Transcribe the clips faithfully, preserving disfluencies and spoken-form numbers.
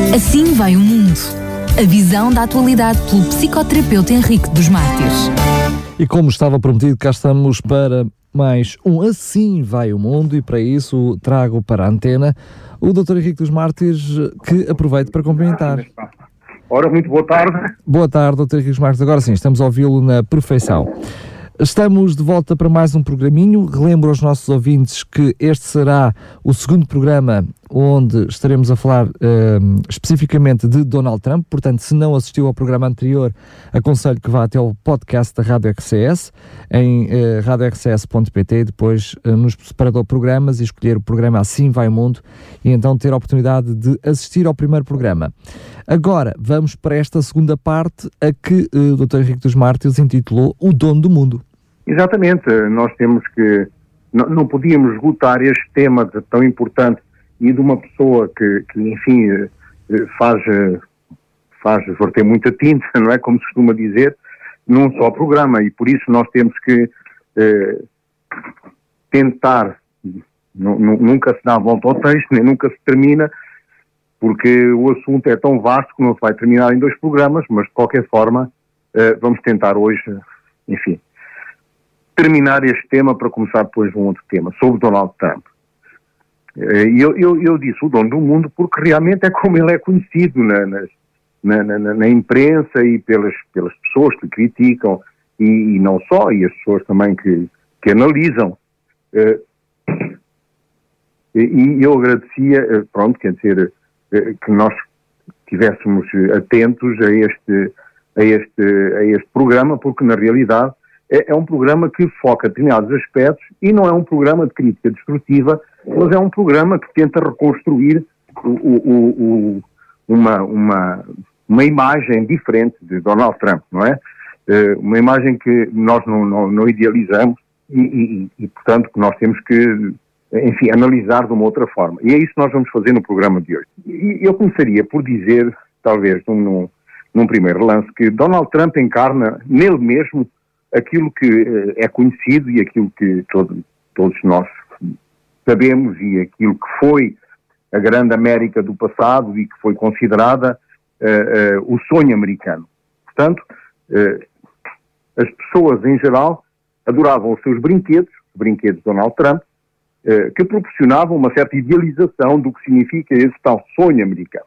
Assim vai o mundo. A visão da atualidade pelo psicoterapeuta Henrique dos Mártires. E como estava prometido, cá estamos para mais um Assim Vai o Mundo, e para isso trago para a antena o doutor Henrique dos Mártires, que aproveito para cumprimentar. Ora, muito boa tarde. Boa tarde, doutor Henrique dos Mártires. Agora sim, estamos a ouvi-lo na perfeição. Estamos de volta para mais um programinho. Relembro aos nossos ouvintes que este será o segundo programa onde estaremos a falar uh, especificamente de Donald Trump. Portanto, se não assistiu ao programa anterior, aconselho que vá até ao podcast da Rádio R C S, em uh, rádio r c s ponto p t, depois uh, nos separador programas, e escolher o programa Assim Vai o Mundo, e então ter a oportunidade de assistir ao primeiro programa. Agora, vamos para esta segunda parte, a que uh, o doutor Henrique dos Mártires intitulou O Dono do Mundo. Exatamente, nós temos que, não, não podíamos esgotar este tema de, tão importante, e de uma pessoa que, que enfim, faz, faz verter muita tinta, não é, como se costuma dizer, num só programa, e por isso nós temos que eh, tentar, nunca se dá a volta ao texto, nem nunca se termina, porque o assunto é tão vasto que não se vai terminar em dois programas, mas de qualquer forma eh, vamos tentar hoje, enfim, terminar este tema para começar depois um outro tema, sobre Donald Trump. E eu, eu, eu disse o dono do mundo porque realmente é como ele é conhecido na, na, na, na, na imprensa e pelas, pelas pessoas que criticam, e, e não só, e as pessoas também que, que analisam. E, e eu agradecia, pronto, quer dizer, que nós estivéssemos atentos a este, a, este, a este programa, porque na realidade é, é um programa que foca determinados aspectos e não é um programa de crítica destrutiva, mas é um programa que tenta reconstruir o, o, o, uma, uma, uma imagem diferente de Donald Trump, não é? Uh, uma imagem que nós não, não, não idealizamos e, e, e, portanto, que nós temos que, enfim, analisar de uma outra forma. E é isso que nós vamos fazer no programa de hoje. E eu começaria por dizer, talvez num, num primeiro lance, que Donald Trump encarna nele mesmo aquilo que uh, é conhecido e aquilo que todo, todos nós sabemos, e aquilo que foi a grande América do passado e que foi considerada uh, uh, o sonho americano. Portanto, uh, as pessoas em geral adoravam os seus brinquedos, os brinquedos de Donald Trump, uh, que proporcionavam uma certa idealização do que significa esse tal sonho americano.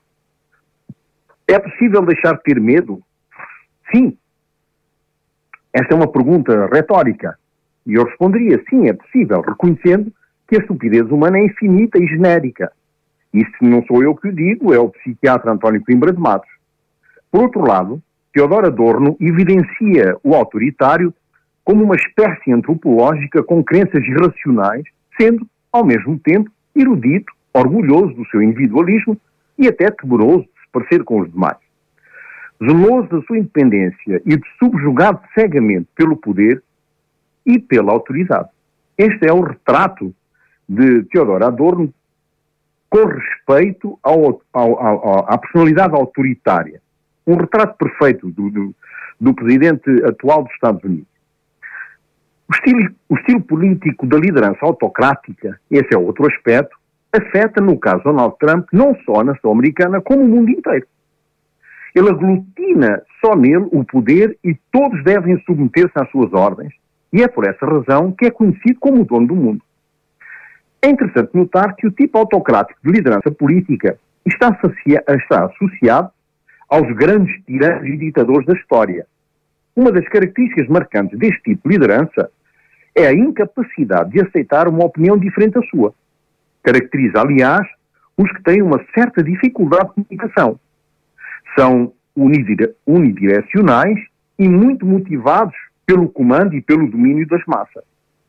É possível deixar de ter medo? Sim. Esta é uma pergunta retórica. E eu responderia, sim, é possível, reconhecendo que a estupidez humana é infinita e genérica. Isso não sou eu que o digo, é o psiquiatra António Coimbra de Matos. Por outro lado, Theodor Adorno evidencia o autoritário como uma espécie antropológica com crenças irracionais, sendo, ao mesmo tempo, erudito, orgulhoso do seu individualismo e até temeroso de se parecer com os demais. Zeloso da sua independência e de subjugado cegamente pelo poder e pela autoridade. Este é o retrato de Theodor Adorno com respeito ao, ao, ao, à personalidade autoritária. Um retrato perfeito do, do, do presidente atual dos Estados Unidos. O estilo, o estilo político da liderança autocrática, esse é outro aspecto, afeta, no caso de Donald Trump, não só a nação americana, como o mundo inteiro. Ele aglutina só nele o poder e todos devem submeter-se às suas ordens, e é por essa razão que é conhecido como o dono do mundo. É interessante notar que o tipo autocrático de liderança política está, associa- está associado aos grandes tiranos e ditadores da história. Uma das características marcantes deste tipo de liderança é a incapacidade de aceitar uma opinião diferente da sua. Caracteriza, aliás, os que têm uma certa dificuldade de comunicação. São unidire- unidirecionais e muito motivados pelo comando e pelo domínio das massas.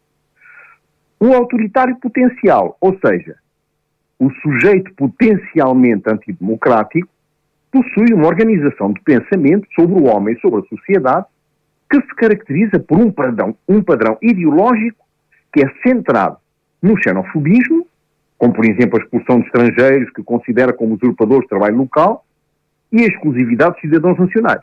O autoritário potencial, ou seja, o sujeito potencialmente antidemocrático, possui uma organização de pensamento sobre o homem e sobre a sociedade que se caracteriza por um padrão, um padrão ideológico que é centrado no xenofobismo, como por exemplo a expulsão de estrangeiros que considera como usurpadores de trabalho local, e a exclusividade de cidadãos nacionais.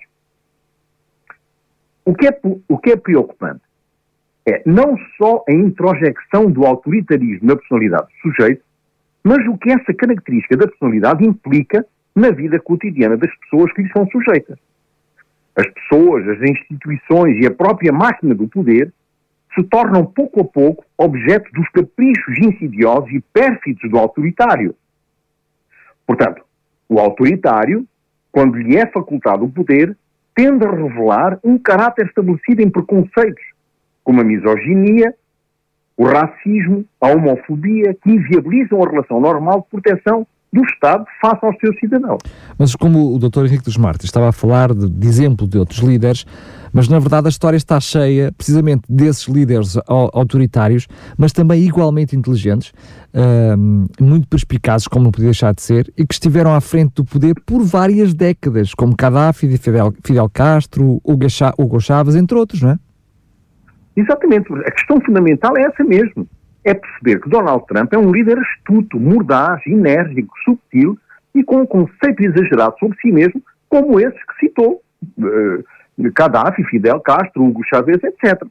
O que é, o que é preocupante é não só a introjecção do autoritarismo na personalidade do sujeito, mas o que essa característica da personalidade implica na vida cotidiana das pessoas que lhe são sujeitas. As pessoas, as instituições e a própria máquina do poder se tornam pouco a pouco objeto dos caprichos insidiosos e pérfidos do autoritário. Portanto, o autoritário, quando lhe é facultado o poder, tende a revelar um caráter estabelecido em preconceitos, como a misoginia, o racismo, a homofobia, que inviabilizam a relação normal de proteção do Estado face aos seus cidadãos. Mas como o doutor Henrique dos Mártires estava a falar de, de exemplo de outros líderes, mas na verdade a história está cheia precisamente desses líderes autoritários, mas também igualmente inteligentes, hum, muito perspicazes, como não podia deixar de ser, e que estiveram à frente do poder por várias décadas, como Gaddafi, Fidel, Fidel Castro, Hugo Chávez, entre outros, não é? Exatamente. A questão fundamental é essa mesmo. É perceber que Donald Trump é um líder astuto, mordaz, enérgico, subtil e com um conceito exagerado sobre si mesmo, como esses que citou. Uh, Gaddafi, Fidel Castro, Hugo Chávez, etcétera.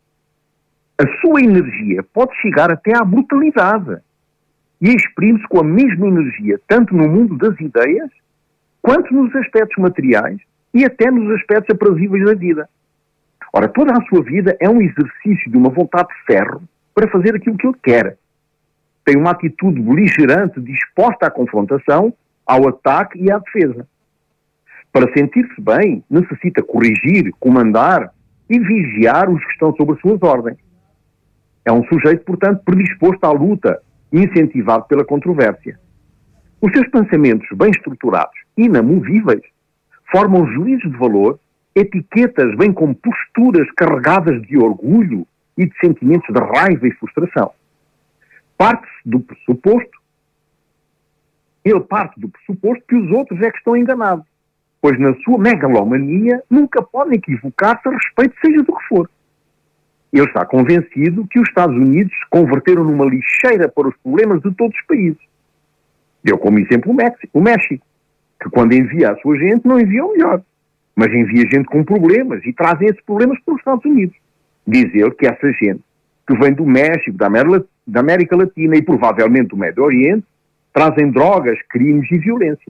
A sua energia pode chegar até à brutalidade e exprime-se com a mesma energia, tanto no mundo das ideias, quanto nos aspectos materiais e até nos aspectos aprazíveis da vida. Ora, toda a sua vida é um exercício de uma vontade de ferro para fazer aquilo que ele quer. Tem uma atitude beligerante, disposta à confrontação, ao ataque e à defesa. Para sentir-se bem, necessita corrigir, comandar e vigiar os que estão sob as suas ordens. É um sujeito, portanto, predisposto à luta, incentivado pela controvérsia. Os seus pensamentos bem estruturados, inamovíveis, formam juízos de valor, etiquetas bem como posturas carregadas de orgulho e de sentimentos de raiva e frustração. Parte-se do pressuposto, ele parte do pressuposto que os outros é que estão enganados, pois na sua megalomania nunca podem equivocar-se a respeito seja do que for. Ele está convencido que os Estados Unidos se converteram numa lixeira para os problemas de todos os países. Deu como exemplo o México, o México, que quando envia a sua gente não envia o melhor, mas envia gente com problemas e trazem esses problemas para os Estados Unidos. Diz ele que essa gente que vem do México, da América Latina e provavelmente do Médio Oriente, trazem drogas, crimes e violência.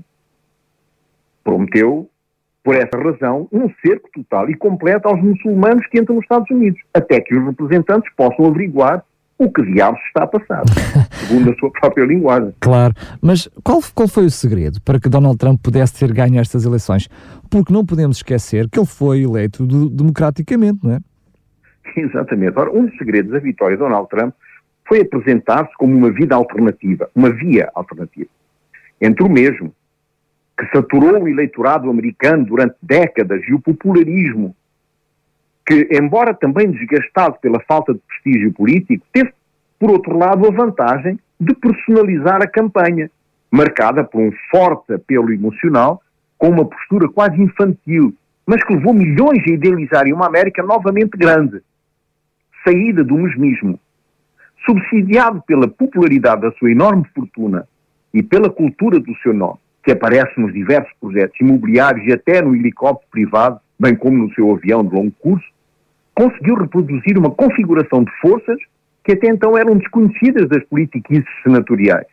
Prometeu, por essa razão, um cerco total e completo aos muçulmanos que entram nos Estados Unidos, até que os representantes possam averiguar o que diabos está a passar, segundo a sua própria linguagem. Claro, mas qual, qual foi o segredo para que Donald Trump pudesse ter ganho estas eleições? Porque não podemos esquecer que ele foi eleito do, democraticamente, não é? Exatamente. Ora, um dos segredos da vitória de Donald Trump foi apresentar-se como uma vida alternativa, uma via alternativa. Entre o mesmo, que saturou o eleitorado americano durante décadas, e o popularismo, que, embora também desgastado pela falta de prestígio político, teve, por outro lado, a vantagem de personalizar a campanha, marcada por um forte apelo emocional, com uma postura quase infantil, mas que levou milhões a idealizarem uma América novamente grande, saída do mesmismo. Subsidiado pela popularidade da sua enorme fortuna e pela cultura do seu nome, que aparece nos diversos projetos imobiliários e até no helicóptero privado, bem como no seu avião de longo curso, conseguiu reproduzir uma configuração de forças que até então eram desconhecidas das politiquices senatoriais.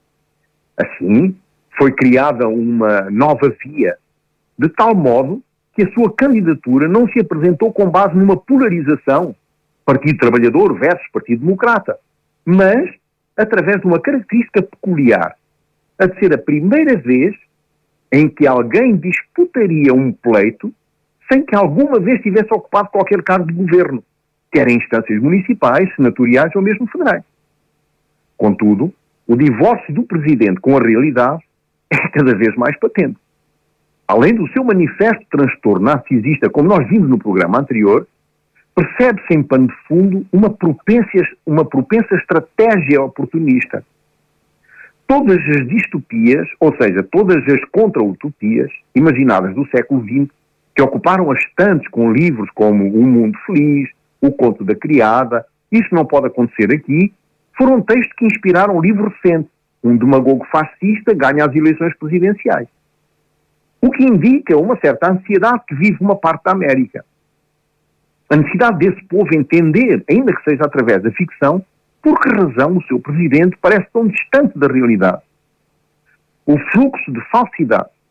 Assim, foi criada uma nova via, de tal modo que a sua candidatura não se apresentou com base numa polarização, Partido Trabalhador versus Partido Democrata, mas através de uma característica peculiar, a de ser a primeira vez em que alguém disputaria um pleito sem que alguma vez tivesse ocupado qualquer cargo de governo, quer em instâncias municipais, senatoriais ou mesmo federais. Contudo, o divórcio do presidente com a realidade é cada vez mais patente. Além do seu manifesto transtorno narcisista, como nós vimos no programa anterior, percebe-se em pano de fundo uma propensa, uma propensa estratégia oportunista. Todas as distopias, ou seja, todas as contra-utopias imaginadas do século vinte, que ocuparam as estantes com livros como O Mundo Feliz, O Conto da Criada, Isso Não Pode Acontecer Aqui, foram textos que inspiraram um livro recente, Um Demagogo Fascista Ganha as Eleições Presidenciais. O que indica uma certa ansiedade que vive uma parte da América. A necessidade desse povo entender, ainda que seja através da ficção, por que razão o seu presidente parece tão distante da realidade. O fluxo de falsidade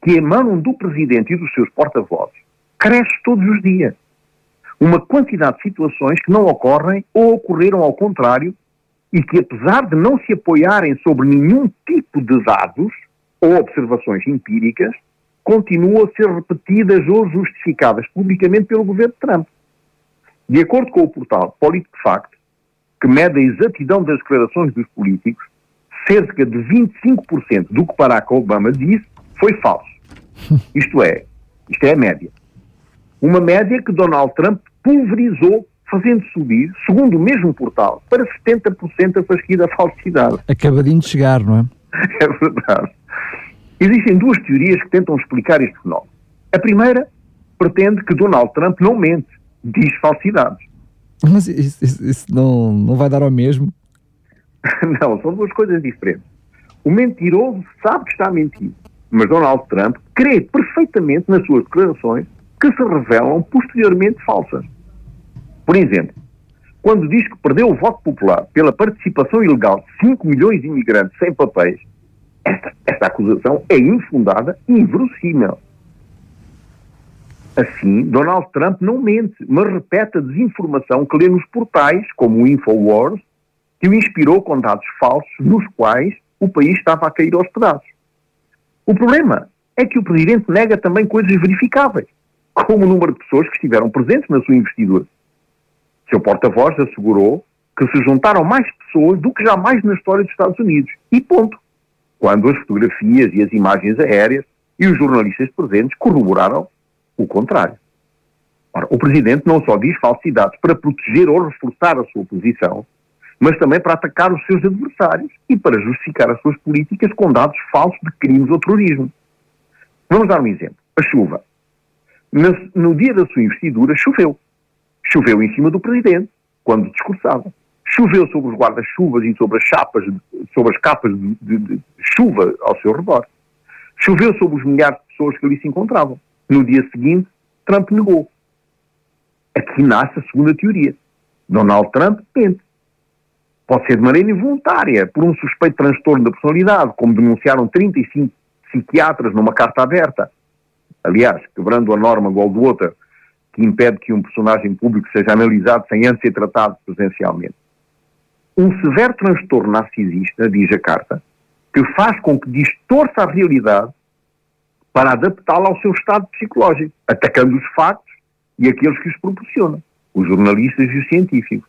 que emanam do Presidente e dos seus porta-vozes cresce todos os dias. Uma quantidade de situações que não ocorrem ou ocorreram ao contrário e que, apesar de não se apoiarem sobre nenhum tipo de dados ou observações empíricas, continuam a ser repetidas ou justificadas publicamente pelo governo de Trump. De acordo com o portal PolitiFact, que mede a exatidão das declarações dos políticos, cerca de vinte e cinco por cento do que Barack Obama disse foi falso. Isto é, isto é a média. Uma média que Donald Trump pulverizou, fazendo subir, segundo o mesmo portal, para setenta por cento a fasquia da falsidade. Acabadinho de chegar, não é? É verdade. Existem duas teorias que tentam explicar este fenómeno. A primeira pretende que Donald Trump não mente, diz falsidades. Mas isso, isso, isso não, não vai dar ao mesmo? Não, são duas coisas diferentes. O mentiroso sabe que está a mentir, mas Donald Trump crê perfeitamente nas suas declarações que se revelam posteriormente falsas. Por exemplo, quando diz que perdeu o voto popular pela participação ilegal de cinco milhões de imigrantes sem papéis, esta, esta acusação é infundada e inverossímil. Assim, Donald Trump não mente, mas repete a desinformação que lê nos portais, como o InfoWars, que o inspirou com dados falsos nos quais o país estava a cair aos pedaços. O problema é que o Presidente nega também coisas verificáveis, como o número de pessoas que estiveram presentes na sua investidura. Seu porta-voz assegurou que se juntaram mais pessoas do que jamais na história dos Estados Unidos. E ponto. Quando as fotografias e as imagens aéreas e os jornalistas presentes corroboraram o contrário. Ora, o Presidente não só diz falsidades para proteger ou reforçar a sua posição, mas também para atacar os seus adversários e para justificar as suas políticas com dados falsos de crimes ou terrorismo. Vamos dar um exemplo. A chuva. No, no dia da sua investidura, choveu. Choveu em cima do Presidente, quando discursava. Choveu sobre os guarda-chuvas e sobre as chapas, sobre as capas de, de, de chuva ao seu redor. Choveu sobre os milhares de pessoas que ali se encontravam. No dia seguinte, Trump negou. Aqui nasce a segunda teoria. Donald Trump mente. Pode ser de maneira involuntária, por um suspeito transtorno da personalidade, como denunciaram trinta e cinco psiquiatras numa carta aberta. Aliás, quebrando a norma Goldwater, que impede que um personagem público seja analisado sem antes ser tratado presencialmente. Um severo transtorno narcisista, diz a carta, que faz com que distorça a realidade para adaptá-la ao seu estado psicológico, atacando os factos e aqueles que os proporcionam, os jornalistas e os científicos.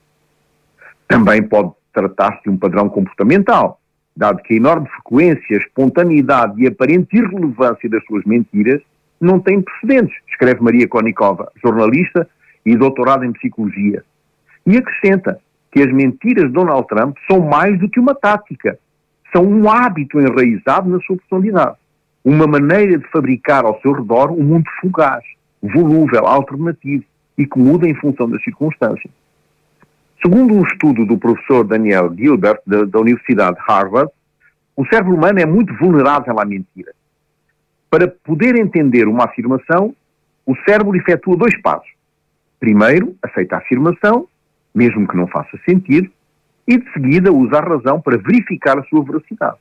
Também pode tratar-se de um padrão comportamental, dado que a enorme frequência, espontaneidade e aparente irrelevância das suas mentiras não tem precedentes, escreve Maria Konikova, jornalista e doutorada em psicologia. E acrescenta que as mentiras de Donald Trump são mais do que uma tática, são um hábito enraizado na sua personalidade, uma maneira de fabricar ao seu redor um mundo fugaz, volúvel, alternativo e que muda em função das circunstâncias. Segundo um estudo do professor Daniel Gilbert, da, da Universidade de Harvard, o cérebro humano é muito vulnerável à mentira. Para poder entender uma afirmação, o cérebro efetua dois passos. Primeiro, aceita a afirmação, mesmo que não faça sentido, e de seguida usa a razão para verificar a sua veracidade.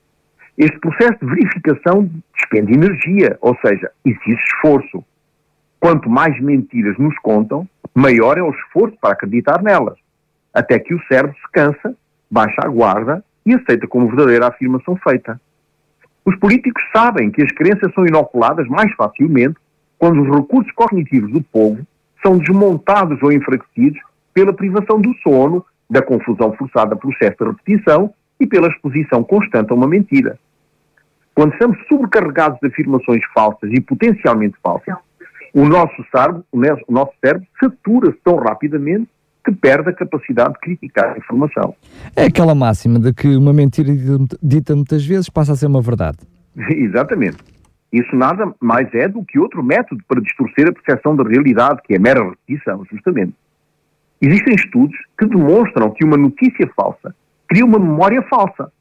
Este processo de verificação despende energia, ou seja, exige esforço. Quanto mais mentiras nos contam, maior é o esforço para acreditar nelas, até que o cérebro se cansa, baixa a guarda e aceita como verdadeira a afirmação feita. Os políticos sabem que as crenças são inoculadas mais facilmente quando os recursos cognitivos do povo são desmontados ou enfraquecidos pela privação do sono, da confusão forçada pelo excesso de repetição e pela exposição constante a uma mentira. Quando estamos sobrecarregados de afirmações falsas e potencialmente falsas, o nosso cérebro, o nosso cérebro satura-se tão rapidamente que perde a capacidade de criticar a informação. É aquela máxima de que uma mentira dita muitas vezes passa a ser uma verdade. Exatamente. Isso nada mais é do que outro método para distorcer a percepção da realidade, que é a mera repetição, justamente. Existem estudos que demonstram que uma notícia falsa cria uma memória falsa.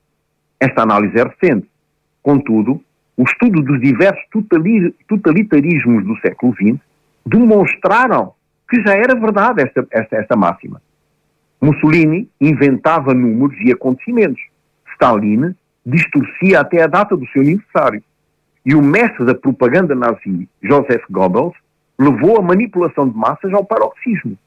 Esta análise é recente. Contudo, o estudo dos diversos totalitarismos do século vinte demonstraram que já era verdade esta, esta, esta máxima. Mussolini inventava números e acontecimentos. Stalin distorcia até a data do seu aniversário. e o mestre da propaganda nazi, Joseph Goebbels, levou a manipulação de massas ao paroxismo.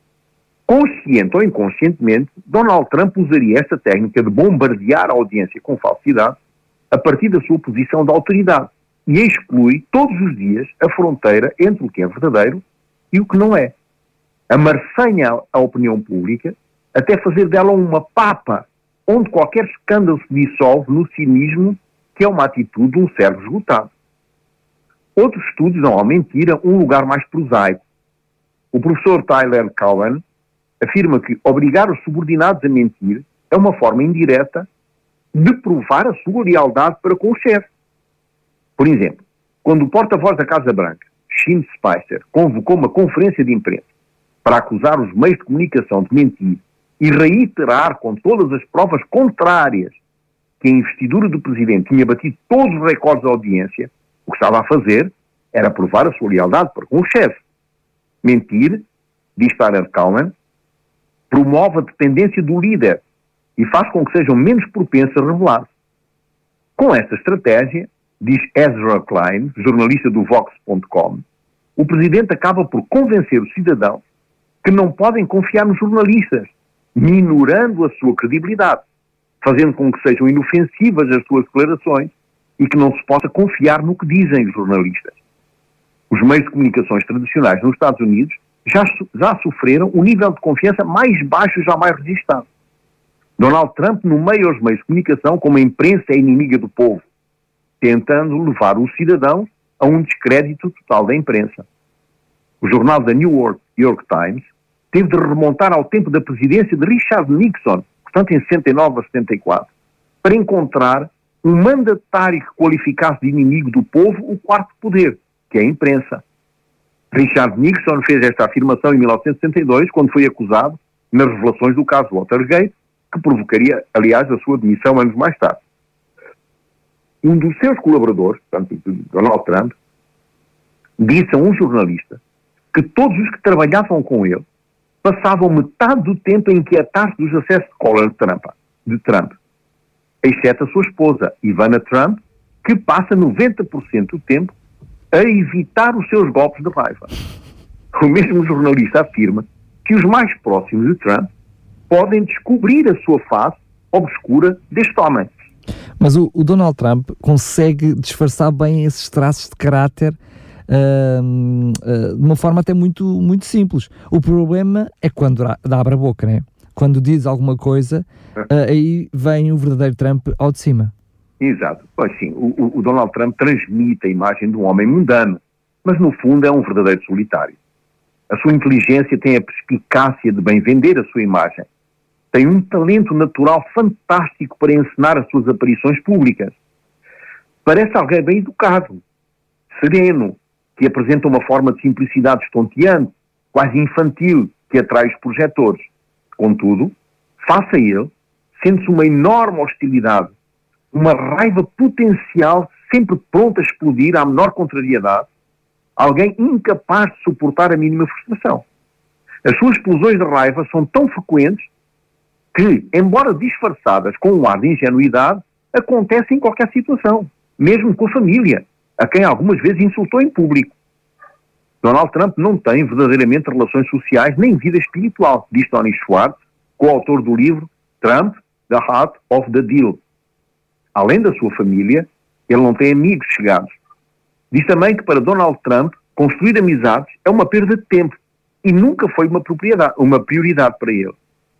Consciente ou inconscientemente, Donald Trump usaria esta técnica de bombardear a audiência com falsidade a partir da sua posição de autoridade e exclui todos os dias a fronteira entre o que é verdadeiro e o que não é. Amarcenha a opinião pública até fazer dela uma papa, onde qualquer escândalo se dissolve no cinismo, que é uma atitude de um cérebro esgotado. Outros estudos dão à mentira um lugar mais prosaico. O professor Tyler Cowen afirma que obrigar os subordinados a mentir é uma forma indireta de provar a sua lealdade para com o chefe. Por exemplo, quando o porta-voz da Casa Branca, Sean Spicer, convocou uma conferência de imprensa para acusar os meios de comunicação de mentir e reiterar com todas as provas contrárias que a investidura do presidente tinha batido todos os recordes de audiência, o que estava a fazer era provar a sua lealdade para com o chefe. Mentir, diz Tyler Cowen, promove a dependência do líder e faz com que sejam menos propensos a revelar-se. Com esta estratégia, diz Ezra Klein, jornalista do Vox ponto com, o presidente acaba por convencer os cidadãos que não podem confiar nos jornalistas, minorando a sua credibilidade, fazendo com que sejam inofensivas as suas declarações e que não se possa confiar no que dizem os jornalistas. Os meios de comunicações tradicionais nos Estados Unidos já, já sofreram o nível de confiança mais baixo jamais registrado. Donald Trump nomeia os meios de comunicação como a imprensa é inimiga do povo, tentando levar os cidadãos a um descrédito total da imprensa. O jornal da New York, York Times teve de remontar ao tempo da presidência de Richard Nixon, portanto em sessenta e nove a setenta e quatro, para encontrar um mandatário que qualificasse de inimigo do povo o quarto poder, que é a imprensa. Richard Nixon fez esta afirmação em mil novecentos e sessenta e dois, quando foi acusado nas revelações do caso Watergate, que provocaria, aliás, a sua demissão anos mais tarde. Um dos seus colaboradores, portanto, Donald Trump, disse a um jornalista que todos os que trabalhavam com ele passavam metade do tempo a inquietar-se dos acessos de cólera de Trump, de Trump, exceto a sua esposa, Ivana Trump, que passa noventa por cento do tempo a evitar os seus golpes de raiva. O mesmo jornalista afirma que os mais próximos de Trump podem descobrir a sua face obscura deste homem. Mas o, o Donald Trump consegue disfarçar bem esses traços de caráter uh, uh, de uma forma até muito, muito simples. O problema é quando abre a boca, né? Quando diz alguma coisa, uh, aí vem o verdadeiro Trump ao de cima. Exato. Pois sim, o, o Donald Trump transmite a imagem de um homem mundano, mas no fundo é um verdadeiro solitário. A sua inteligência tem a perspicácia de bem vender a sua imagem. Tem um talento natural fantástico para encenar as suas aparições públicas. Parece alguém bem educado, sereno, que apresenta uma forma de simplicidade estonteante, quase infantil, que atrai os projetores. Contudo, face a ele, sente-se uma enorme hostilidade, uma raiva potencial sempre pronta a explodir à menor contrariedade, alguém incapaz de suportar a mínima frustração. As suas explosões de raiva são tão frequentes que, embora disfarçadas com um ar de ingenuidade, acontecem em qualquer situação, mesmo com a família, a quem algumas vezes insultou em público. Donald Trump não tem verdadeiramente relações sociais nem vida espiritual, diz Tony Schwartz, coautor do livro Trump, The Heart of the Deal. Além da sua família, ele não tem amigos chegados. Diz também que para Donald Trump, construir amizades é uma perda de tempo e nunca foi uma, propriedade, uma prioridade para ele.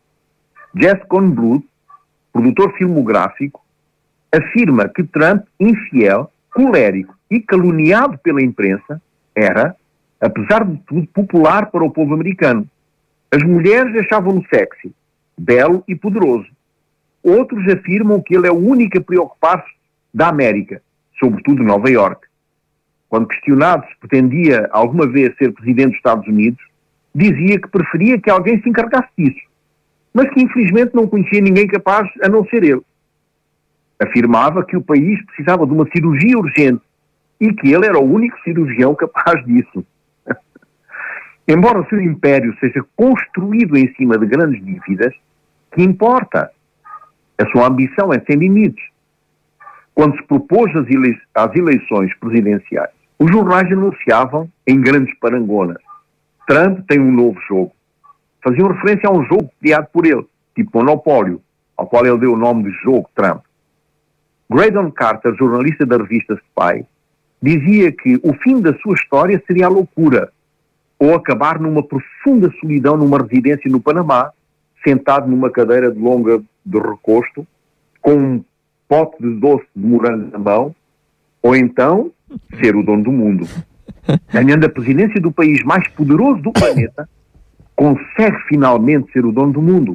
Jess Kornbluth, produtor filmográfico, afirma que Trump, infiel, colérico e caluniado pela imprensa, era, apesar de tudo, popular para o povo americano. As mulheres achavam-no sexy, belo e poderoso. Outros afirmam que ele é o único a preocupar-se da América, sobretudo Nova Iorque. Quando questionado se pretendia alguma vez ser presidente dos Estados Unidos, dizia que preferia que alguém se encarregasse disso, mas que infelizmente não conhecia ninguém capaz a não ser ele. Afirmava que o país precisava de uma cirurgia urgente e que ele era o único cirurgião capaz disso. Embora o seu império seja construído em cima de grandes dívidas, que importa? A sua ambição é sem limites. quando se propôs as, ele as eleições presidenciais, os jornais anunciavam em grandes parangonas: Trump tem um novo jogo. Faziam referência a um jogo criado por ele, tipo Monopólio, ao qual ele deu o nome de jogo Trump. Graydon Carter, jornalista da revista Spy, dizia que o fim da sua história seria a loucura, ou acabar numa profunda solidão numa residência no Panamá, sentado numa cadeira de longa de recosto, com um pote de doce de morango na mão, ou então ser o dono do mundo. Ganhando a presidência do país mais poderoso do planeta, consegue finalmente ser o dono do mundo.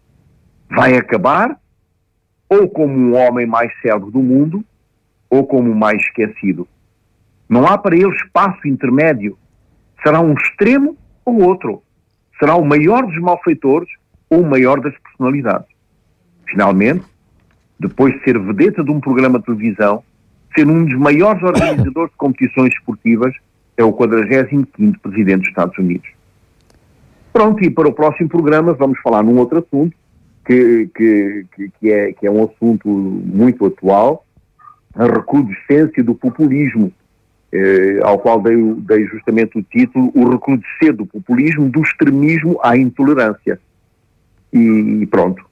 Vai acabar ou como um homem mais célebre do mundo, ou como o mais esquecido. Não há para ele espaço intermédio. Será um extremo ou outro. Será o maior dos malfeitores ou o maior das personalidades. Finalmente, depois de ser vedeta de um programa de televisão, ser um dos maiores organizadores de competições esportivas, é o quadragésimo quinto Presidente dos Estados Unidos. Pronto, e para o próximo programa vamos falar num outro assunto, que, que, que, é, que é um assunto muito atual, a recrudescência do populismo, eh, ao qual dei, dei justamente o título, o recrudescer do populismo, do extremismo à intolerância. E, e pronto.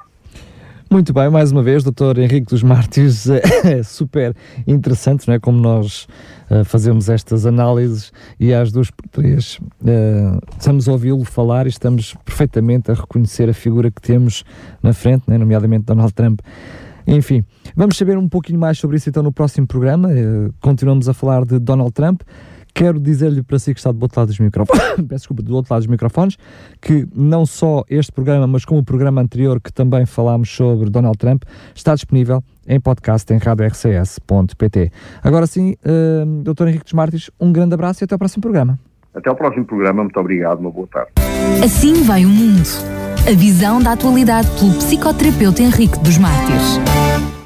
Muito bem, mais uma vez, doutor Henrique dos Mártires, é super interessante, não é? Como nós uh, fazemos estas análises e às duas por três uh, estamos a ouvi-lo falar e estamos perfeitamente a reconhecer a figura que temos na frente, né? Nomeadamente Donald Trump. Enfim, vamos saber um pouquinho mais sobre isso então no próximo programa. Uh, continuamos a falar de Donald Trump. Quero dizer-lhe para si que está do outro lado dos microfones, peço desculpa, do outro lado dos microfones, que não só este programa, mas como o programa anterior, que também falámos sobre Donald Trump, está disponível em podcast em rádio r c s ponto p t. Agora sim, uh, doutor Henrique dos Mártires, um grande abraço e até ao próximo programa. Até ao próximo programa, muito obrigado, uma boa tarde. Assim vai o mundo. A visão da atualidade pelo psicoterapeuta Henrique dos Mártires.